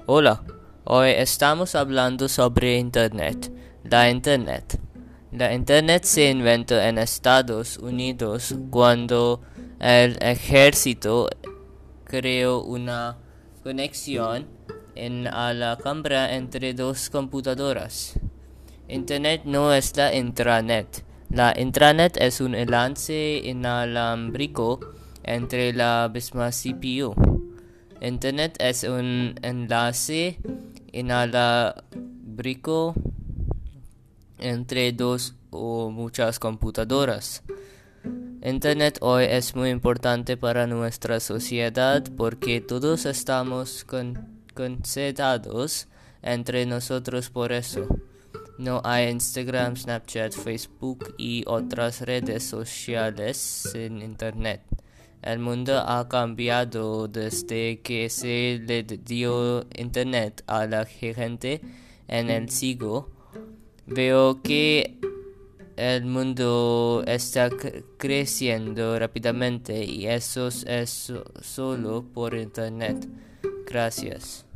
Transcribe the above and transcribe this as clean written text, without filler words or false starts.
Hola, hoy estamos hablando sobre Internet. La Internet. La Internet se inventó en Estados Unidos cuando el ejército creó una conexión a la cámara entre dos computadoras. Internet no es la intranet. La intranet es un enlace inalámbrico entre la misma CPU. Internet es un enlace inalámbrico entre dos o muchas computadoras. Internet hoy es muy importante para nuestra sociedad porque todos estamos conectados entre nosotros por eso. No hay Instagram, Snapchat, Facebook y otras redes sociales sin Internet. El mundo ha cambiado desde que se le dio Internet a la gente en el siglo. Veo que el mundo está creciendo rápidamente y eso es solo por Internet. Gracias.